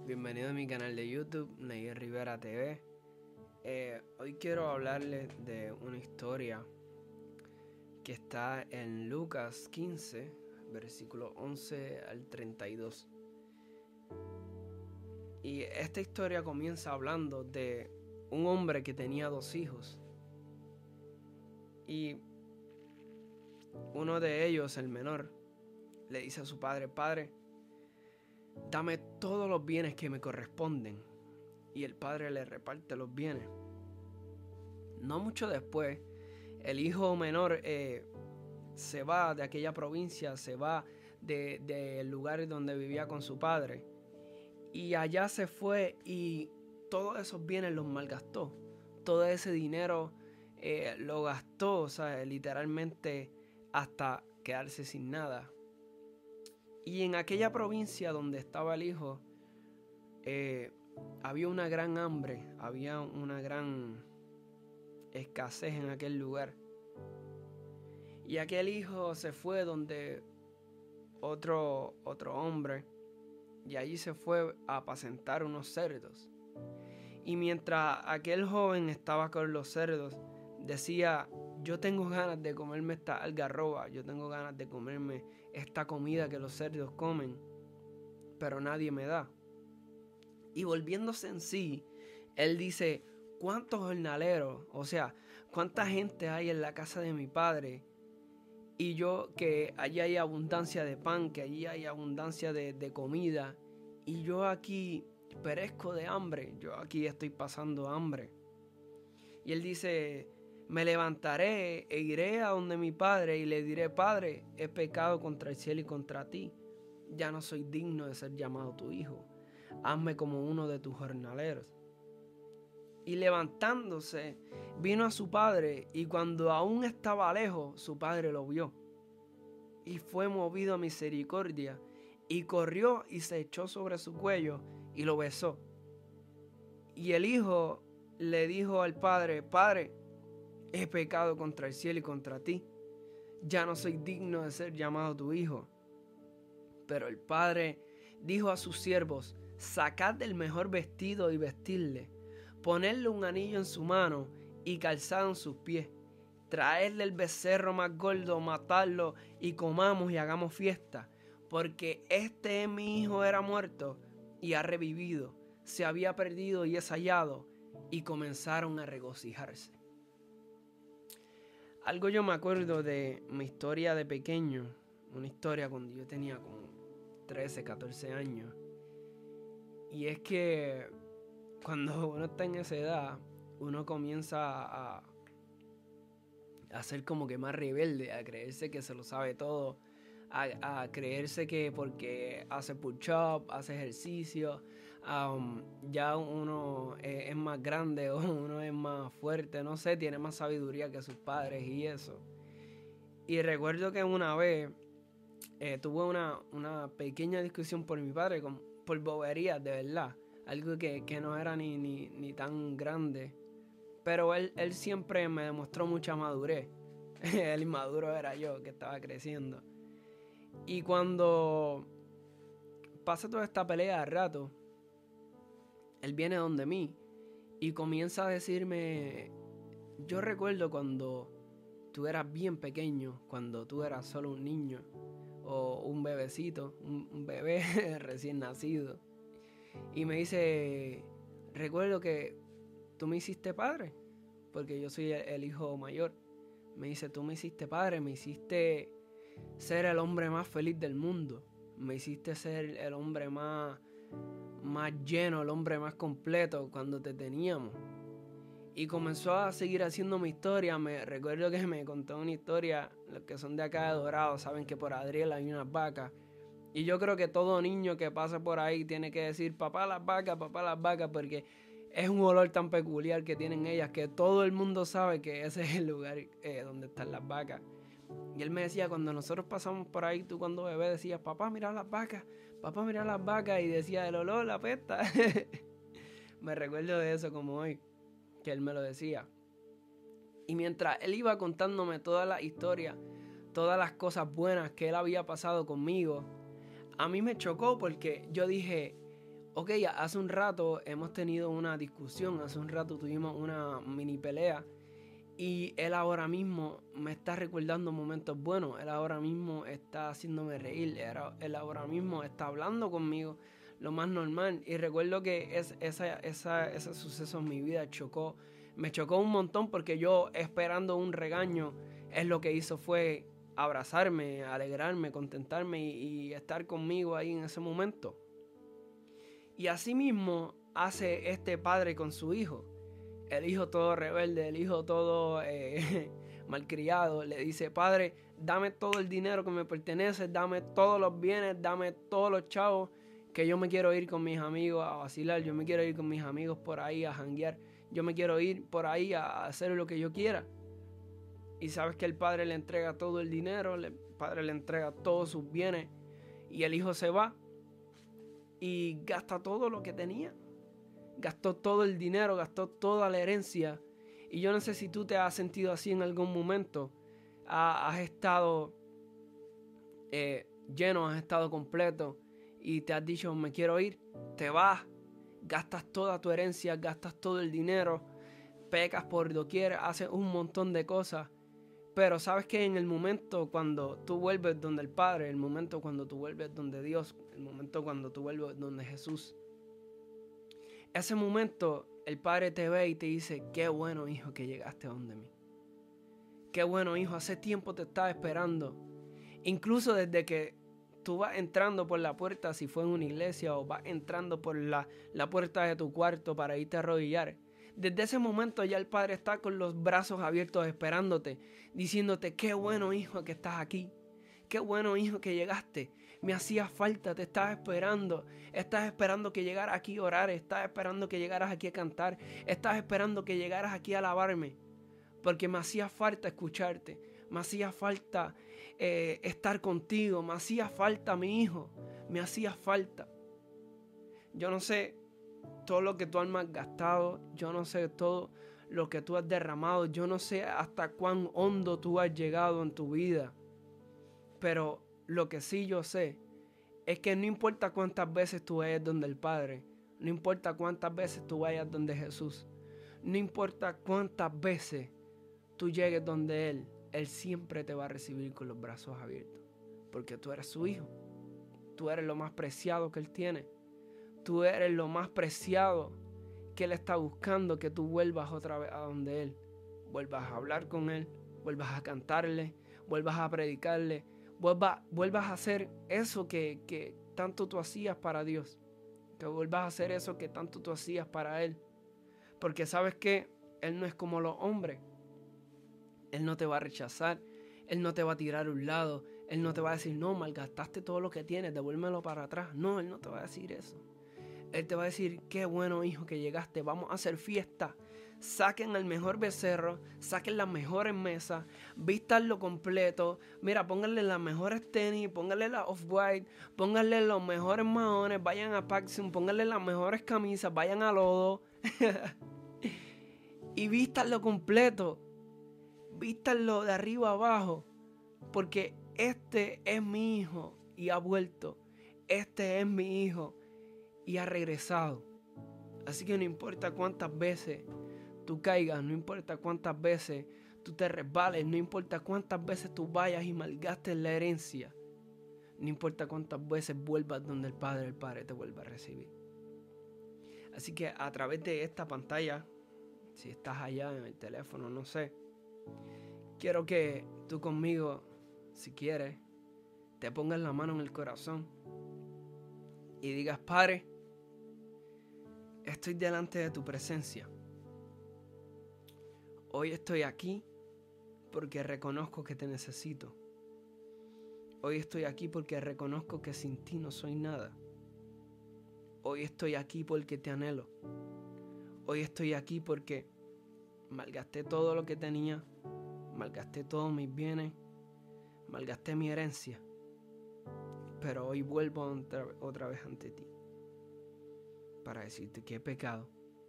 Bienvenido a mi canal de YouTube, Nayel Rivera TV. Hoy quiero hablarles de una historia que está en Lucas 15, versículo 11 al 32. Y esta historia comienza hablando de un hombre que tenía 2 hijos. Y uno de ellos, el menor, le dice a su padre: Padre, dame todos los bienes que me corresponden. Y el padre le reparte los bienes. No mucho después, el hijo menor se va de aquella provincia, se va del lugar donde vivía con su padre. Y allá se fue y todos esos bienes los malgastó. Todo ese dinero lo gastó, o sea, literalmente hasta quedarse sin nada. Y en aquella provincia donde estaba el hijo, había una gran hambre, había una gran escasez en aquel lugar. Y aquel hijo se fue donde otro hombre, y allí se fue a apacentar unos cerdos. Y mientras aquel joven estaba con los cerdos, decía: yo tengo ganas de comerme esta algarroba, yo tengo ganas de comerme esta comida que los cerdos comen, pero nadie me da. Y volviéndose en sí, él dice: ¿cuántos jornaleros, o sea, cuánta gente hay en la casa de mi padre? Y yo, que allí hay abundancia de pan, que allí hay abundancia de comida, y yo aquí perezco de hambre, yo aquí estoy pasando hambre. Y él dice: me levantaré e iré a donde mi padre y le diré: Padre, he pecado contra el cielo y contra ti, ya no soy digno de ser llamado tu hijo, hazme como uno de tus jornaleros. Y levantándose, vino a su padre, y cuando aún estaba lejos, su padre lo vio. Y fue movido a misericordia, y corrió y se echó sobre su cuello, y lo besó. Y el hijo le dijo al padre: Padre, he pecado contra el cielo y contra ti, ya no soy digno de ser llamado tu hijo. Pero el padre dijo a sus siervos: sacad el mejor vestido y vestidle, ponedle un anillo en su mano y calzado en sus pies, traedle el becerro más gordo, matadlo y comamos y hagamos fiesta, porque este mi hijo era muerto y ha revivido, se había perdido y es hallado. Y comenzaron a regocijarse. Algo yo me acuerdo de mi historia de pequeño, una historia cuando yo tenía como 13, 14 años. Y es que cuando uno está en esa edad, uno comienza a ser como que más rebelde, a creerse que se lo sabe todo, a creerse que porque hace push-up, hace ejercicio, ya uno es más grande o uno es más fuerte, no sé, tiene más sabiduría que sus padres y eso. Y recuerdo que una vez tuve una pequeña discusión por mi padre, por boberías, de verdad, algo que no era ni tan grande. Pero él siempre me demostró mucha madurez. El inmaduro era yo, que estaba creciendo. Y cuando pasa toda esta pelea al rato, él viene donde mí y comienza a decirme: yo recuerdo cuando tú eras bien pequeño, cuando tú eras solo un niño o un bebecito, un bebé recién nacido. Y me dice: recuerdo que tú me hiciste padre, porque yo soy el hijo mayor. Me dice: tú me hiciste padre, me hiciste ser el hombre más feliz del mundo, me hiciste ser el hombre más lleno, el hombre más completo cuando te teníamos. Y comenzó a seguir haciendo mi historia. Me recuerdo que me contó una historia, los que son de acá de Dorado saben que por Adriel hay unas vacas. Y yo creo que todo niño que pasa por ahí tiene que decir: papá las vacas, porque es un olor tan peculiar que tienen ellas que todo el mundo sabe que ese es el lugar donde están las vacas. Y él me decía: cuando nosotros pasamos por ahí, tú cuando bebé decías: papá, mira las vacas, y decía: el olor, la pesta. Me recuerdo de eso como hoy, que él me lo decía. Y mientras él iba contándome toda la historia, todas las cosas buenas que él había pasado conmigo, a mí me chocó porque yo dije: ok, hace un rato hemos tenido una discusión, hace un rato tuvimos una mini pelea y él ahora mismo me está recordando momentos buenos, él ahora mismo está haciéndome reír, él ahora mismo está hablando conmigo, lo más normal. Y recuerdo que ese suceso en mi vida me chocó un montón, porque yo, esperando un regaño, él lo que hizo fue abrazarme, alegrarme, contentarme y estar conmigo ahí en ese momento. Y así mismo hace este padre con su hijo. El hijo todo rebelde, el hijo todo malcriado, le dice: padre, dame todo el dinero que me pertenece, dame todos los bienes, dame todos los chavos, que yo me quiero ir con mis amigos a vacilar, yo me quiero ir con mis amigos por ahí a janguear, yo me quiero ir por ahí a hacer lo que yo quiera. Y sabes que el padre le entrega todo el dinero, el padre le entrega todos sus bienes, y el hijo se va y gasta todo lo que tenía. Gastó todo el dinero, gastó toda la herencia. Y yo no sé si tú te has sentido así en algún momento. Has estado lleno, has estado completo y te has dicho: me quiero ir. Te vas, gastas toda tu herencia, gastas todo el dinero, pecas por doquier, haces un montón de cosas. Pero sabes que en el momento cuando tú vuelves donde el Padre, el momento cuando tú vuelves donde Dios, el momento cuando tú vuelves donde Jesús, ese momento el Padre te ve y te dice: qué bueno, hijo, que llegaste donde mí. Qué bueno, hijo, hace tiempo te estaba esperando. Incluso desde que tú vas entrando por la puerta, si fue en una iglesia, o vas entrando por la puerta de tu cuarto para irte a arrodillar. Desde ese momento ya el Padre está con los brazos abiertos esperándote, diciéndote: qué bueno, hijo, que estás aquí. Qué bueno, hijo, que llegaste. Me hacía falta, te estaba esperando. Estás esperando que llegaras aquí a orar. Estás esperando que llegaras aquí a cantar. Estás esperando que llegaras aquí a alabarme. Porque me hacía falta escucharte. Me hacía falta estar contigo. Me hacía falta mi hijo. Me hacía falta. Yo no sé todo lo que tú has gastado. Yo no sé todo lo que tú has derramado. Yo no sé hasta cuán hondo tú has llegado en tu vida. Pero lo que sí yo sé es que no importa cuántas veces tú vayas donde el Padre, no importa cuántas veces tú vayas donde Jesús, no importa cuántas veces tú llegues donde Él siempre te va a recibir con los brazos abiertos. Porque tú eres su hijo, tú eres lo más preciado que Él tiene, tú eres lo más preciado que Él está buscando, que tú vuelvas otra vez a donde Él, vuelvas a hablar con Él, vuelvas a cantarle, vuelvas a predicarle, vuelvas a hacer eso que tanto tú hacías para Dios. Que vuelvas a hacer eso que tanto tú hacías para Él. Porque sabes que Él no es como los hombres. Él no te va a rechazar. Él no te va a tirar a un lado. Él no te va a decir: no, malgastaste todo lo que tienes, devuélvelo para atrás. No, Él no te va a decir eso. Él te va a decir: qué bueno, hijo, que llegaste. Vamos a hacer fiesta. Saquen el mejor becerro, saquen las mejores mesas, vístanlo completo. Mira, pónganle las mejores tenis, pónganle las off-white, pónganle los mejores maones, vayan a Paxson, pónganle las mejores camisas, vayan a Lodo. Y vístanlo completo, vístanlo de arriba a abajo, porque este es mi hijo y ha vuelto. Este es mi hijo y ha regresado. Así que no importa cuántas veces tú caigas, no importa cuántas veces tú te resbales, no importa cuántas veces tú vayas y malgastes la herencia, no importa cuántas veces vuelvas donde el Padre te vuelva a recibir. Así que a través de esta pantalla, si estás allá en el teléfono, no sé, quiero que tú conmigo, si quieres, te pongas la mano en el corazón y digas: Padre, estoy delante de tu presencia. Hoy estoy aquí porque reconozco que te necesito. Hoy estoy aquí porque reconozco que sin ti no soy nada. Hoy estoy aquí porque te anhelo. Hoy estoy aquí porque malgasté todo lo que tenía, malgasté todos mis bienes, malgasté mi herencia. Pero hoy vuelvo otra vez ante ti para decirte que he pecado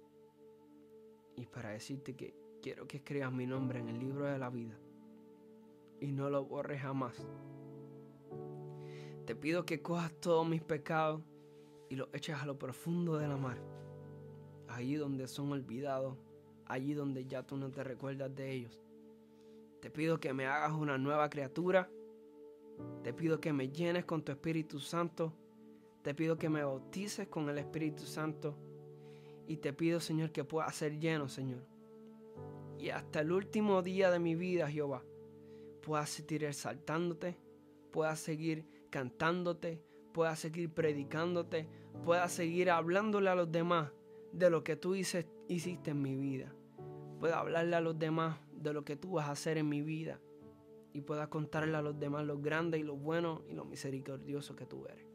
y para decirte que quiero que escribas mi nombre en el libro de la vida y no lo borres jamás. Te pido que cojas todos mis pecados y los eches a lo profundo de la mar, allí donde son olvidados, allí donde ya tú no te recuerdas de ellos. Te pido que me hagas una nueva criatura. Te pido que me llenes con tu Espíritu Santo. Te pido que me bautices con el Espíritu Santo. Y te pido, Señor, que pueda ser lleno, Señor. Y hasta el último día de mi vida, Jehová, pueda seguir exaltándote, pueda seguir cantándote, pueda seguir predicándote, pueda seguir hablándole a los demás de lo que tú hiciste en mi vida. Pueda hablarle a los demás de lo que tú vas a hacer en mi vida. Y pueda contarle a los demás lo grande y lo bueno y lo misericordioso que tú eres.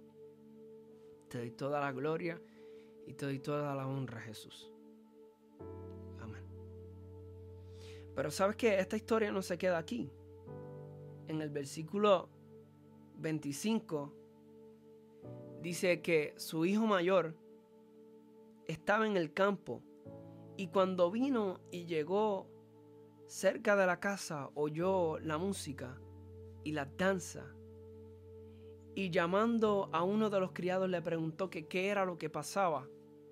Te doy toda la gloria y te doy toda la honra, Jesús. Amén. Pero ¿sabes qué? Esta historia no se queda aquí. En el versículo 25 dice que su hijo mayor estaba en el campo y cuando vino y llegó cerca de la casa, oyó la música y la danza. Y llamando a uno de los criados le preguntó que qué era lo que pasaba.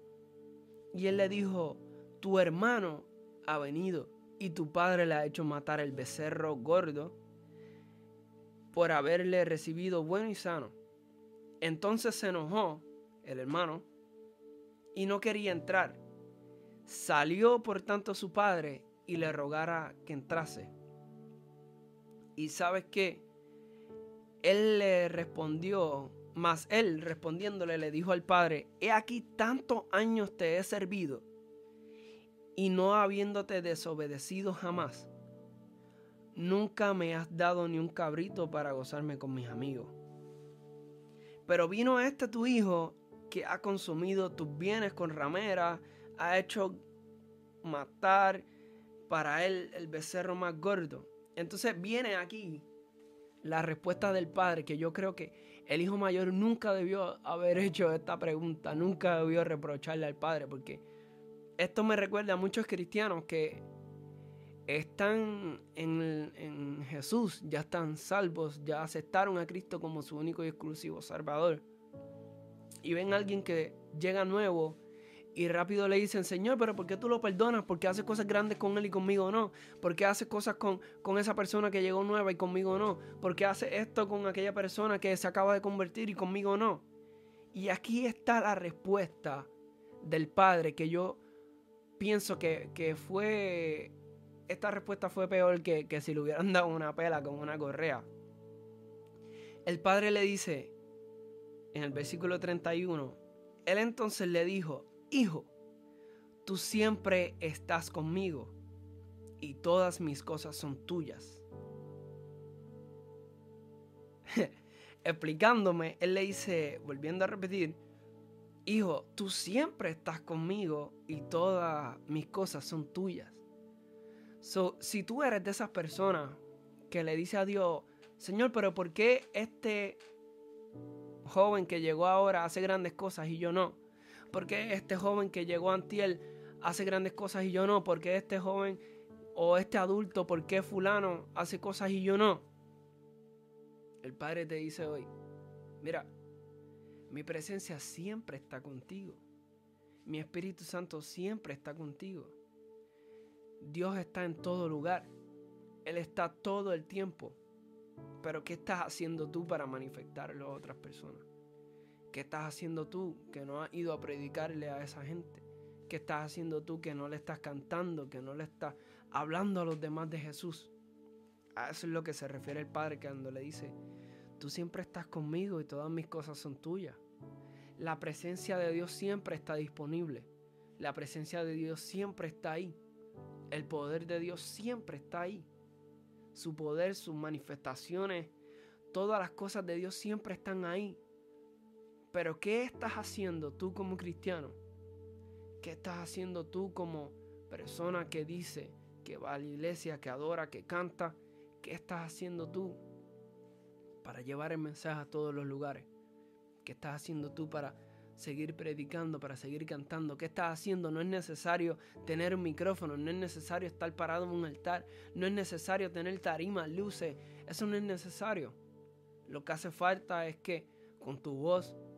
Y él le dijo: tu hermano ha venido y tu padre le ha hecho matar el becerro gordo por haberle recibido bueno y sano. Entonces se enojó el hermano y no quería entrar. Salió por tanto su padre y le rogara que entrase. Y ¿sabes qué? Él le respondió, mas él respondiéndole le dijo al padre: he aquí tantos años te he servido y no habiéndote desobedecido jamás, nunca me has dado ni un cabrito para gozarme con mis amigos. Pero vino tu hijo que ha consumido tus bienes con ramera, ha hecho matar para él el becerro más gordo. Entonces viene aquí la respuesta del padre, que yo creo que el hijo mayor nunca debió haber hecho esta pregunta, nunca debió reprocharle al padre, porque esto me recuerda a muchos cristianos que están en Jesús, ya están salvos, ya aceptaron a Cristo como su único y exclusivo Salvador. Y ven a alguien que llega nuevo y rápido le dicen: Señor, pero ¿por qué tú lo perdonas? ¿Por qué haces cosas grandes con él y conmigo no? ¿Por qué haces cosas con esa persona que llegó nueva y conmigo no? ¿Por qué haces esto con aquella persona que se acaba de convertir y conmigo no? Y aquí está la respuesta del padre, que yo pienso que fue... Esta respuesta fue peor que si le hubieran dado una pela con una correa. El padre le dice, en el versículo 31, él entonces le dijo: hijo, tú siempre estás conmigo y todas mis cosas son tuyas. Explicándome, él le dice, volviendo a repetir: hijo, tú siempre estás conmigo y todas mis cosas son tuyas. Si tú eres de esas personas que le dice a Dios: Señor, pero ¿por qué este joven que llegó ahora hace grandes cosas y yo no? ¿Por qué este joven que llegó antier hace grandes cosas y yo no? ¿Por qué este joven o este adulto, por qué fulano hace cosas y yo no? El Padre te dice hoy: mira, mi presencia siempre está contigo. Mi Espíritu Santo siempre está contigo. Dios está en todo lugar. Él está todo el tiempo. Pero ¿qué estás haciendo tú para manifestarlo a otras personas? ¿Qué estás haciendo tú que no has ido a predicarle a esa gente? ¿Qué estás haciendo tú que no le estás cantando, que no le estás hablando a los demás de Jesús? A eso es lo que se refiere el Padre cuando le dice: tú siempre estás conmigo y todas mis cosas son tuyas. La presencia de Dios siempre está disponible. La presencia de Dios siempre está ahí. El poder de Dios siempre está ahí. Su poder, sus manifestaciones, todas las cosas de Dios siempre están ahí. Pero ¿qué estás haciendo tú como cristiano? ¿Qué estás haciendo tú como persona que dice que va a la iglesia, que adora, que canta? ¿Qué estás haciendo tú para llevar el mensaje a todos los lugares? ¿Qué estás haciendo tú para seguir predicando, para seguir cantando? ¿Qué estás haciendo? No es necesario tener un micrófono, no es necesario estar parado en un altar, no es necesario tener tarimas, luces, eso no es necesario. Lo que hace falta es que con tu voz,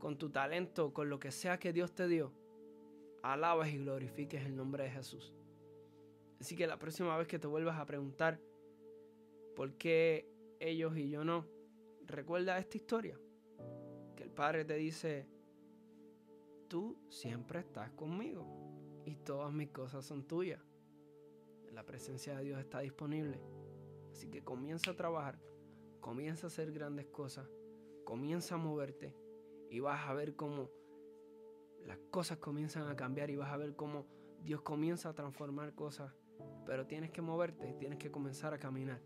con tu talento, con lo que sea que Dios te dio, alabes y glorifiques el nombre de Jesús. Así que la próxima vez que te vuelvas a preguntar por qué ellos y yo no, recuerda esta historia, que el Padre te dice: tú siempre estás conmigo y todas mis cosas son tuyas. La presencia de Dios está disponible. Así que comienza a trabajar, comienza a hacer grandes cosas, comienza a moverte y vas a ver cómo las cosas comienzan a cambiar y vas a ver cómo Dios comienza a transformar cosas. Pero tienes que moverte, tienes que comenzar a caminar.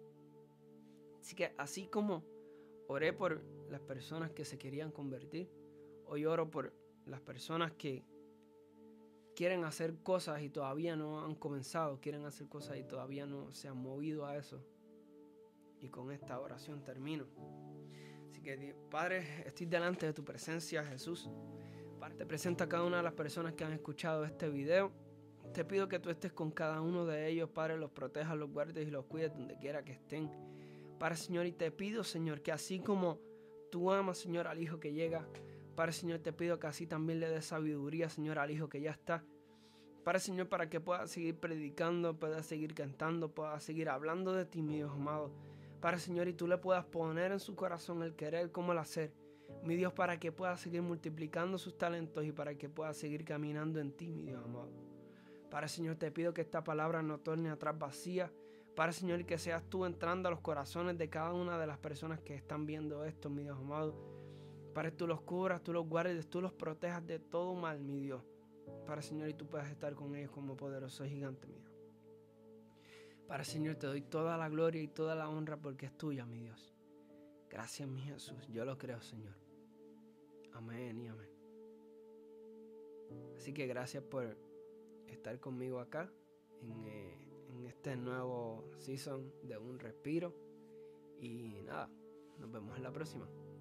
Así que así como oré por las personas que se querían convertir, hoy oro por las personas que quieren hacer cosas y todavía no han comenzado, quieren hacer cosas y todavía no se han movido a eso. Y con esta oración termino. Así que, Padre, estoy delante de tu presencia, Jesús. Padre, te presento a cada una de las personas que han escuchado este video. Te pido que tú estés con cada uno de ellos, Padre, los protejas, los guardes y los cuides donde quiera que estén. Padre, Señor, y te pido, Señor, que así como tú amas, Señor, al Hijo que llega, Padre, Señor, te pido que así también le des sabiduría, Señor, al Hijo que ya está. Padre, Señor, para que pueda seguir predicando, pueda seguir cantando, pueda seguir hablando de ti, mi Dios amado. Padre, Señor, y tú le puedas poner en su corazón el querer como el hacer. Mi Dios, para que pueda seguir multiplicando sus talentos y para que pueda seguir caminando en ti, mi Dios amado. Padre, Señor, te pido que esta palabra no torne atrás vacía. Padre, Señor, y que seas tú entrando a los corazones de cada una de las personas que están viendo esto, mi Dios amado. Padre, tú los cubras, tú los guardes, tú los protejas de todo mal, mi Dios. Padre, Señor, y tú puedas estar con ellos como poderoso gigante, mi Dios. Padre, Señor, te doy toda la gloria y toda la honra porque es tuya, mi Dios. Gracias, mi Jesús. Yo lo creo, Señor. Amén y amén. Así que gracias por estar conmigo acá en este nuevo season de Un Respiro. Y nada, nos vemos en la próxima.